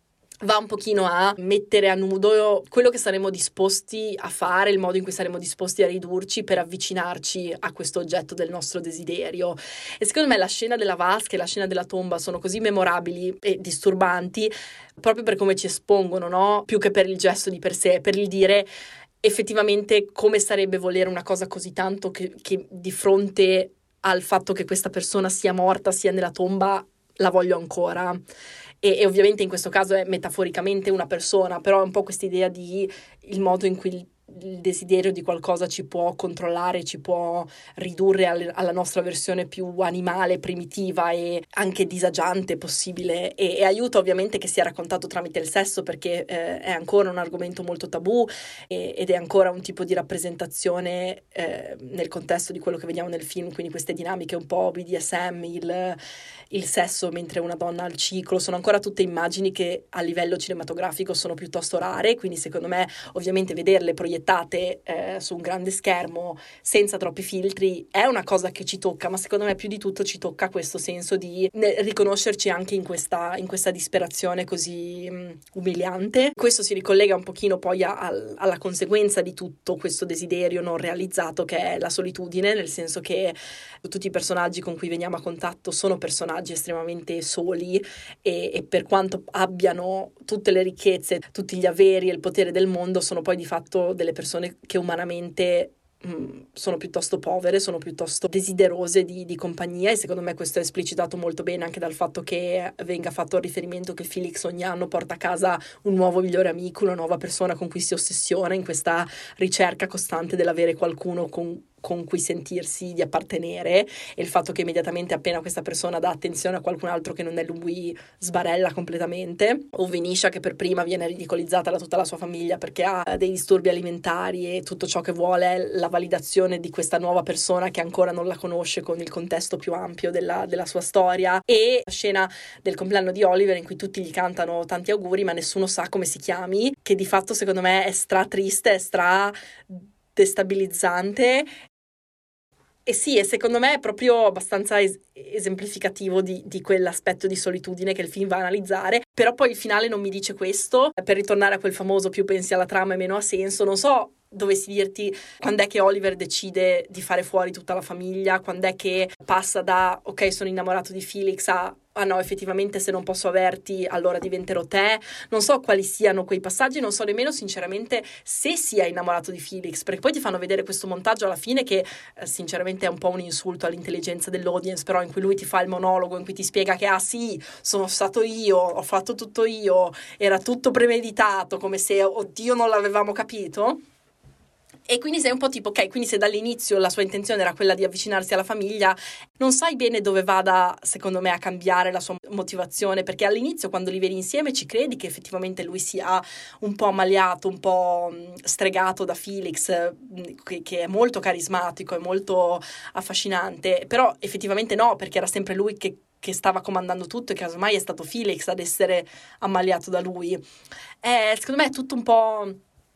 B: va un pochino a mettere a nudo quello che saremo disposti a fare, il modo in cui saremo disposti a ridurci per avvicinarci a questo oggetto del nostro desiderio. E secondo me la scena della vasca e la scena della tomba sono così memorabili e disturbanti proprio per come ci espongono, no? Più che per il gesto di per sé, per il dire effettivamente come sarebbe volere una cosa così tanto che, che di fronte al fatto che questa persona sia morta, sia nella tomba, la voglio ancora. E, e ovviamente in questo caso è metaforicamente una persona, però è un po' questa idea di il modo in cui il, il desiderio di qualcosa ci può controllare, ci può ridurre al, alla nostra versione più animale, primitiva e anche disagiante possibile, e, e aiuta ovviamente che sia raccontato tramite il sesso, perché eh, è ancora un argomento molto tabù e, ed è ancora un tipo di rappresentazione eh, nel contesto di quello che vediamo nel film, quindi queste dinamiche un po' B D S M, il, il sesso mentre una donna ha il ciclo, sono ancora tutte immagini che a livello cinematografico sono piuttosto rare, quindi secondo me ovviamente vederle proiettate eh, su un grande schermo senza troppi filtri è una cosa che ci tocca, ma secondo me più di tutto ci tocca questo senso di riconoscerci anche in questa, in questa disperazione così um, umiliante. Questo si ricollega un pochino poi a, a, alla conseguenza di tutto questo desiderio non realizzato, che è la solitudine, nel senso che tutti i personaggi con cui veniamo a contatto sono personaggi estremamente soli e, e per quanto abbiano tutte le ricchezze, tutti gli averi e il potere del mondo, sono poi di fatto delle persone che umanamente sono piuttosto povere, sono piuttosto desiderose di, di compagnia, e secondo me questo è esplicitato molto bene anche dal fatto che venga fatto il riferimento che Felix ogni anno porta a casa un nuovo migliore amico, una nuova persona con cui si ossessiona in questa ricerca costante dell'avere qualcuno con con cui sentirsi di appartenere, e il fatto che immediatamente appena questa persona dà attenzione a qualcun altro che non è lui sbarella completamente, o Venetia che per prima viene ridicolizzata da tutta la sua famiglia perché ha dei disturbi alimentari e tutto ciò che vuole è la validazione di questa nuova persona che ancora non la conosce con il contesto più ampio della, della sua storia, e la scena del compleanno di Oliver in cui tutti gli cantano tanti auguri ma nessuno sa come si chiami, che di fatto secondo me è stra triste, è stra destabilizzante. E sì, e secondo me è proprio abbastanza es- esemplificativo di, di quell'aspetto di solitudine che il film va a analizzare, però poi il finale non mi dice questo. Per ritornare a quel famoso più pensi alla trama e meno ha senso, non so dovessi dirti quando è che Oliver decide di fare fuori tutta la famiglia, quando è che passa da ok sono innamorato di Felix a ah no effettivamente se non posso averti allora diventerò te. Non so quali siano quei passaggi, non so nemmeno sinceramente se sia innamorato di Felix, perché poi ti fanno vedere questo montaggio alla fine che eh, sinceramente è un po' un insulto all'intelligenza dell'audience, però in cui lui ti fa il monologo in cui ti spiega che ah sì sono stato io, ho fatto tutto io, era tutto premeditato, come se oddio non l'avevamo capito. E quindi sei un po' tipo, ok, quindi se dall'inizio la sua intenzione era quella di avvicinarsi alla famiglia, non sai bene dove vada, secondo me, a cambiare la sua motivazione, perché all'inizio quando li vedi insieme ci credi che effettivamente lui sia un po' ammaliato, un po' stregato da Felix, che, che è molto carismatico, è molto affascinante, però effettivamente no, perché era sempre lui che che stava comandando tutto e casomai è stato Felix ad essere ammaliato da lui. Eh, secondo me è tutto un po'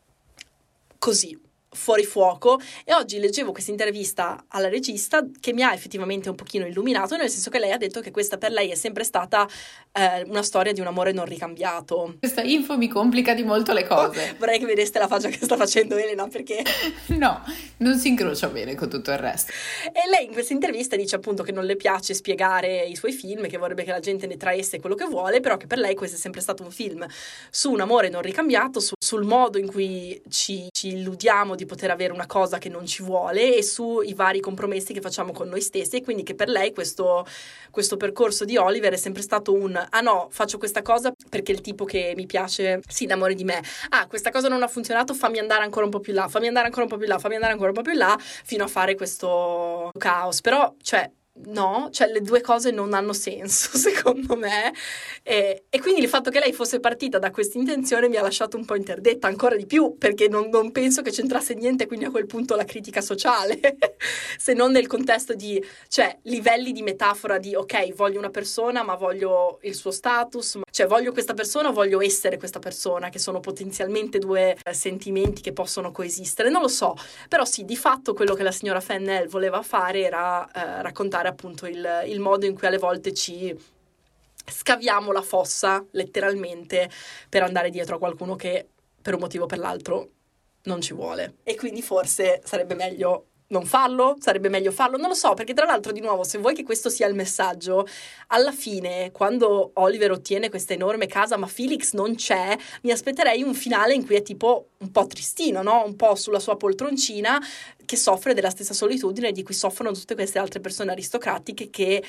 B: così, fuori fuoco, e oggi leggevo questa intervista alla regista che mi ha effettivamente un pochino illuminato, nel senso che lei ha detto che questa per lei è sempre stata eh, una storia di un amore non ricambiato.
A: Questa info mi complica di molto le cose.
B: Oh, vorrei che vedeste la faccia che sta facendo Elena, perché
A: no, non si incrocia bene con tutto il resto.
B: E lei in questa intervista dice appunto che non le piace spiegare i suoi film, che vorrebbe che la gente ne traesse quello che vuole, però che per lei questo è sempre stato un film su un amore non ricambiato, su, sul modo in cui ci, ci illudiamo di poter avere una cosa che non ci vuole e sui vari compromessi che facciamo con noi stessi, e quindi che per lei questo, questo percorso di Oliver è sempre stato un ah no, faccio questa cosa perché il tipo che mi piace si innamori di me, ah questa cosa non ha funzionato, fammi andare ancora un po' più là, fammi andare ancora un po' più là, fammi andare ancora un po' più là fino a fare questo caos. Però cioè no, cioè le due cose non hanno senso secondo me, e, e quindi il fatto che lei fosse partita da questa intenzione mi ha lasciato un po' interdetta ancora di più, perché non, non penso che c'entrasse niente quindi a quel punto la critica sociale se non nel contesto di, cioè, livelli di metafora di ok, voglio una persona ma voglio il suo status, cioè voglio questa persona o voglio essere questa persona, che sono potenzialmente due eh, sentimenti che possono coesistere, non lo so, però sì, di fatto quello che la signora Fennell voleva fare era eh, raccontare appunto il, il modo in cui alle volte ci scaviamo la fossa letteralmente per andare dietro a qualcuno che per un motivo o per l'altro non ci vuole, e quindi forse sarebbe meglio non farlo, sarebbe meglio farlo, non lo so, perché tra l'altro di nuovo se vuoi che questo sia il messaggio, alla fine quando Oliver ottiene questa enorme casa ma Felix non c'è, mi aspetterei un finale in cui è tipo un po' tristino, no? Un po' sulla sua poltroncina che soffre della stessa solitudine di cui soffrono tutte queste altre persone aristocratiche che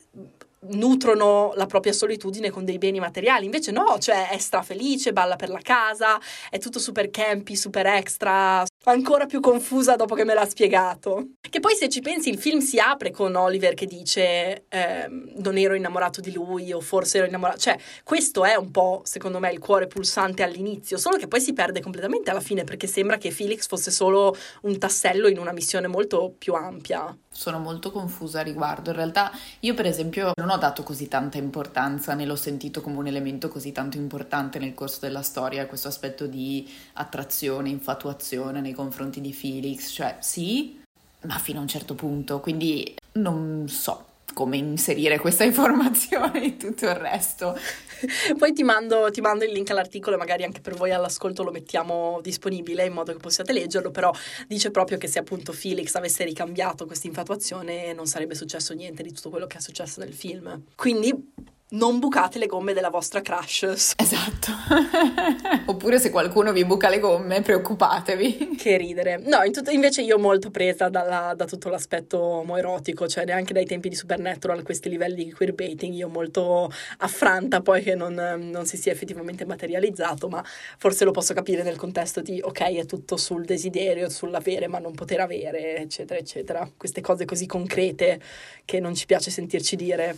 B: nutrono la propria solitudine con dei beni materiali. Invece no, cioè è strafelice, balla per la casa, è tutto super campy, super extra, ancora più confusa dopo che me l'ha spiegato. Che poi se ci pensi il film si apre con Oliver che dice ehm, non ero innamorato di lui o forse ero innamorato, cioè questo è un po' secondo me il cuore pulsante all'inizio, solo che poi si perde completamente alla fine perché sembra che Felix fosse solo un tassello in una missione molto più ampia.
A: Sono molto confusa a riguardo, in realtà io per esempio non ho dato così tanta importanza né l'ho sentito come un elemento così tanto importante nel corso della storia, questo aspetto di attrazione, infatuazione nei confronti di Felix, cioè sì, ma fino a un certo punto, quindi non so come inserire questa informazione in tutto il resto.
B: Poi ti mando, ti mando il link all'articolo e magari anche per voi all'ascolto lo mettiamo disponibile in modo che possiate leggerlo, però dice proprio che se appunto Felix avesse ricambiato questa infatuazione non sarebbe successo niente di tutto quello che è successo nel film. Quindi non bucate le gomme della vostra crush.
A: Esatto. Oppure se qualcuno vi buca le gomme, preoccupatevi.
B: Che ridere. No, in tutto, invece io molto presa dalla, da tutto l'aspetto omoerotico, cioè neanche dai tempi di Supernatural, questi livelli di queerbaiting, io molto affranta poi che non, non si sia effettivamente materializzato, ma forse lo posso capire nel contesto di ok, è tutto sul desiderio, sull'avere ma non poter avere, eccetera, eccetera. Queste cose così concrete che non ci piace sentirci dire.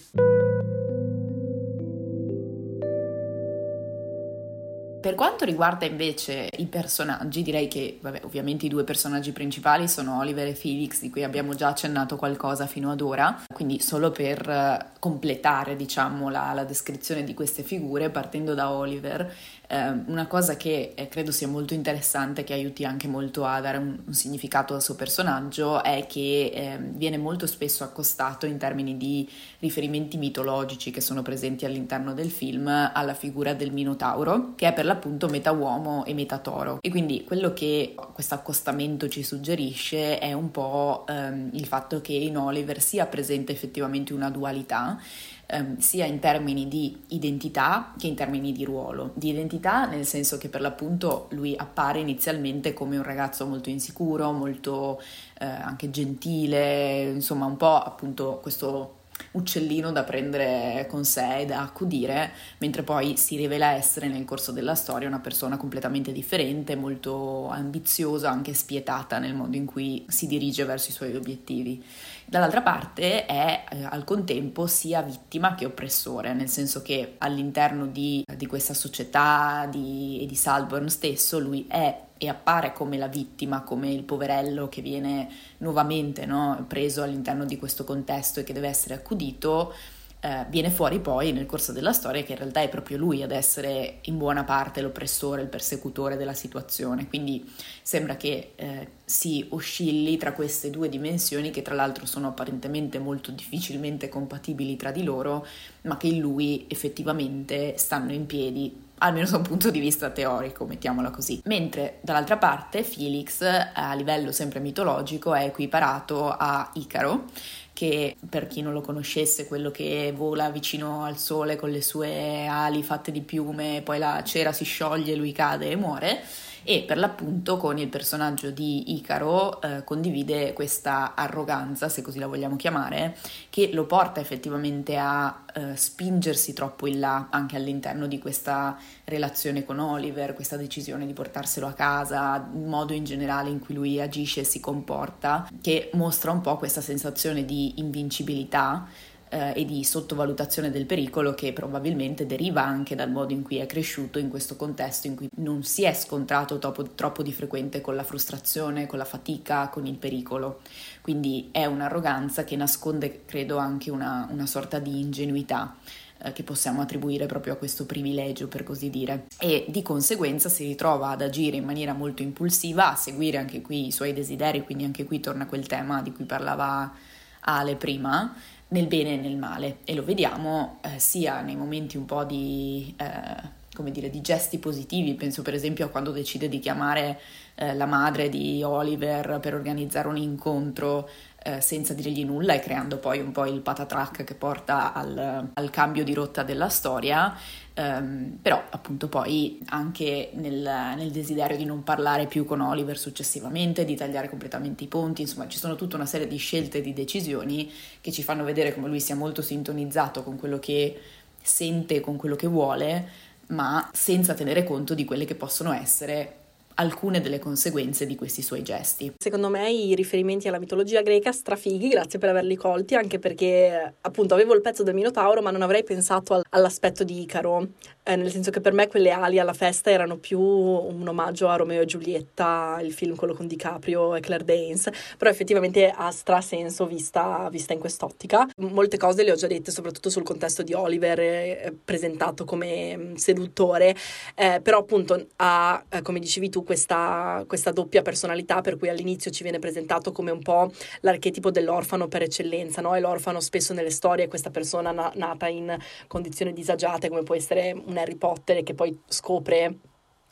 A: Per quanto riguarda invece i personaggi, direi che, vabbè, ovviamente i due personaggi principali sono Oliver e Felix, di cui abbiamo già accennato qualcosa fino ad ora, quindi solo per completare, diciamo, la, la descrizione di queste figure, partendo da Oliver, eh, una cosa che eh, credo sia molto interessante, che aiuti anche molto a dare un, un significato al suo personaggio, è che eh, viene molto spesso accostato in termini di riferimenti mitologici che sono presenti all'interno del film alla figura del Minotauro, che è per l'appunto metà uomo e metà toro, e quindi quello che questo accostamento ci suggerisce è un po' ehm, il fatto che in Oliver sia presente effettivamente una dualità, ehm, sia in termini di identità che in termini di ruolo. Di identità nel senso che per l'appunto lui appare inizialmente come un ragazzo molto insicuro, molto eh, anche gentile, insomma un po' appunto questo uccellino da prendere con sé e da accudire, mentre poi si rivela essere nel corso della storia una persona completamente differente, molto ambiziosa, anche spietata nel modo in cui si dirige verso i suoi obiettivi. Dall'altra parte è eh, al contempo sia vittima che oppressore, nel senso che all'interno di, di questa società di, e di Saltburn stesso lui è e appare come la vittima, come il poverello che viene nuovamente, no, preso all'interno di questo contesto e che deve essere accudito. Eh, viene fuori poi nel corso della storia che in realtà è proprio lui ad essere in buona parte l'oppressore, il persecutore della situazione, quindi sembra che eh, si oscilli tra queste due dimensioni che tra l'altro sono apparentemente molto difficilmente compatibili tra di loro, ma che in lui effettivamente stanno in piedi, almeno da un punto di vista teorico, mettiamola così. Mentre dall'altra parte Felix, a livello sempre mitologico, è equiparato a Icaro, che per chi non lo conoscesse, quello che vola vicino al sole con le sue ali fatte di piume, poi la cera si scioglie, lui cade e muore, e per l'appunto con il personaggio di Icaro eh, condivide questa arroganza, se così la vogliamo chiamare, che lo porta effettivamente a eh, spingersi troppo in là anche all'interno di questa relazione con Oliver, questa decisione di portarselo a casa, il modo in generale in cui lui agisce e si comporta, che mostra un po' questa sensazione di invincibilità eh, e di sottovalutazione del pericolo, che probabilmente deriva anche dal modo in cui è cresciuto in questo contesto in cui non si è scontrato troppo, troppo di frequente con la frustrazione, con la fatica, con il pericolo. Quindi è un'arroganza che nasconde, credo, anche una, una sorta di ingenuità eh, che possiamo attribuire proprio a questo privilegio, per così dire, e di conseguenza si ritrova ad agire in maniera molto impulsiva, a seguire anche qui i suoi desideri, quindi anche qui torna quel tema di cui parlava Ale prima, nel bene e nel male, e lo vediamo eh, sia nei momenti un po' di, eh, come dire, di gesti positivi. Penso per esempio a quando decide di chiamare eh, la madre di Oliver per organizzare un incontro eh, senza dirgli nulla, e creando poi un po' il patatrack che porta al, al cambio di rotta della storia. Um, però appunto poi anche nel, nel desiderio di non parlare più con Oliver successivamente, di tagliare completamente i ponti, insomma ci sono tutta una serie di scelte e di decisioni che ci fanno vedere come lui sia molto sintonizzato con quello che sente, con quello che vuole, ma senza tenere conto di quelle che possono essere alcune delle conseguenze di questi suoi gesti.
B: Secondo me i riferimenti alla mitologia greca strafighi, grazie per averli colti, anche perché appunto avevo il pezzo del Minotauro ma non avrei pensato al, all'aspetto di Icaro, eh, nel senso che per me quelle ali alla festa erano più un omaggio a Romeo e Giulietta, il film quello con DiCaprio e Claire Danes, però effettivamente ha strasenso vista, vista in quest'ottica. Molte cose le ho già dette, soprattutto sul contesto di Oliver, eh, presentato come seduttore, eh, però appunto ha, eh, come dicevi tu, Questa, questa doppia personalità, per cui all'inizio ci viene presentato come un po' l'archetipo dell'orfano per eccellenza, no? E l'orfano spesso nelle storie è questa persona na- nata in condizioni disagiate, come può essere un Harry Potter, che poi scopre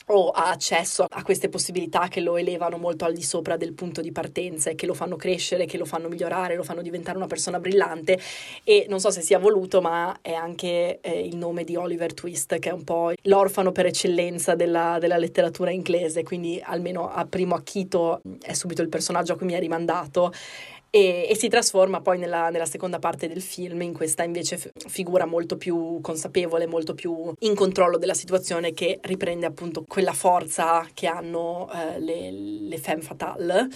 B: o ha accesso a queste possibilità che lo elevano molto al di sopra del punto di partenza e che lo fanno crescere, che lo fanno migliorare, lo fanno diventare una persona brillante. E non so se sia voluto, ma è anche eh, il nome di Oliver Twist, che è un po' l'orfano per eccellenza della, della letteratura inglese, quindi almeno a primo acchito è subito il personaggio a cui mi è rimandato. E, e si trasforma poi nella, nella seconda parte del film in questa invece f- figura molto più consapevole, molto più in controllo della situazione, che riprende appunto quella forza che hanno eh, le, le femme fatale.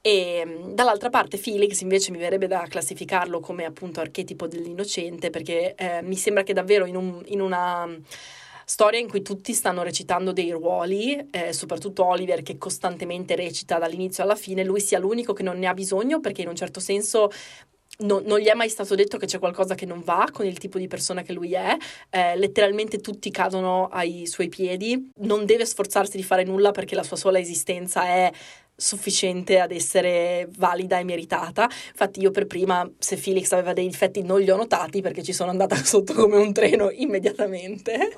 B: E dall'altra parte Felix invece mi verrebbe da classificarlo come appunto archetipo dell'innocente, perché eh, mi sembra che davvero in, un, in una storia in cui tutti stanno recitando dei ruoli, eh, soprattutto Oliver che costantemente recita dall'inizio alla fine, lui sia l'unico che non ne ha bisogno, perché in un certo senso no, non gli è mai stato detto che c'è qualcosa che non va con il tipo di persona che lui è, eh, letteralmente tutti cadono ai suoi piedi, non deve sforzarsi di fare nulla perché la sua sola esistenza è sufficiente ad essere valida e meritata. Infatti io per prima, se Felix aveva dei difetti, non li ho notati perché ci sono andata sotto come un treno immediatamente.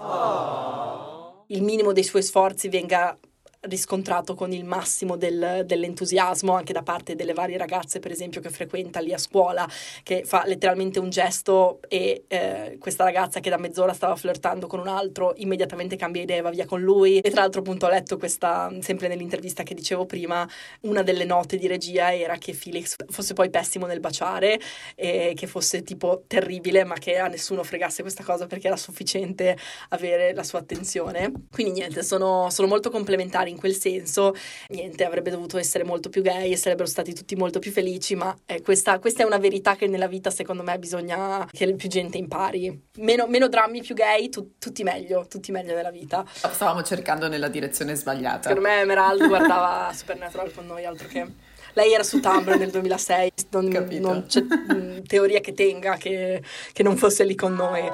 B: Oh. Il minimo dei suoi sforzi venga riscontrato con il massimo del, dell'entusiasmo anche da parte delle varie ragazze, per esempio, che frequenta lì a scuola, che fa letteralmente un gesto e eh, questa ragazza che da mezz'ora stava flirtando con un altro immediatamente cambia idea e va via con lui. E tra l'altro appunto ho letto questa, sempre nell'intervista che dicevo prima, una delle note di regia era che Felix fosse poi pessimo nel baciare e che fosse tipo terribile, ma che a nessuno fregasse questa cosa perché era sufficiente avere la sua attenzione. Quindi niente, sono, sono molto complementari in quel senso. Niente, avrebbe dovuto essere molto più gay e sarebbero stati tutti molto più felici, ma eh, questa, questa è una verità che nella vita secondo me bisogna che più gente impari. Meno, meno drammi, più gay, tu, tutti meglio, tutti meglio nella vita.
A: Stavamo cercando nella direzione sbagliata.
B: Per me Emerald guardava Supernatural con noi, altro che... Lei era su Tumblr nel duemilasei, non, non c'è mh, teoria che tenga che, che non fosse lì con noi.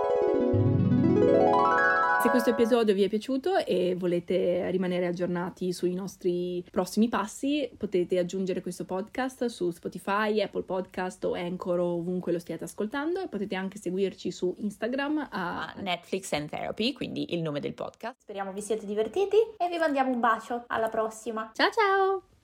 D: Se questo episodio vi è piaciuto e volete rimanere aggiornati sui nostri prossimi passi, potete aggiungere questo podcast su Spotify, Apple Podcast o Anchor o ovunque lo stiate ascoltando, e potete anche seguirci su Instagram a
C: Netflix and Therapy, quindi il nome del podcast.
E: Speriamo vi siete divertiti e vi mandiamo un bacio. Alla prossima.
D: Ciao ciao!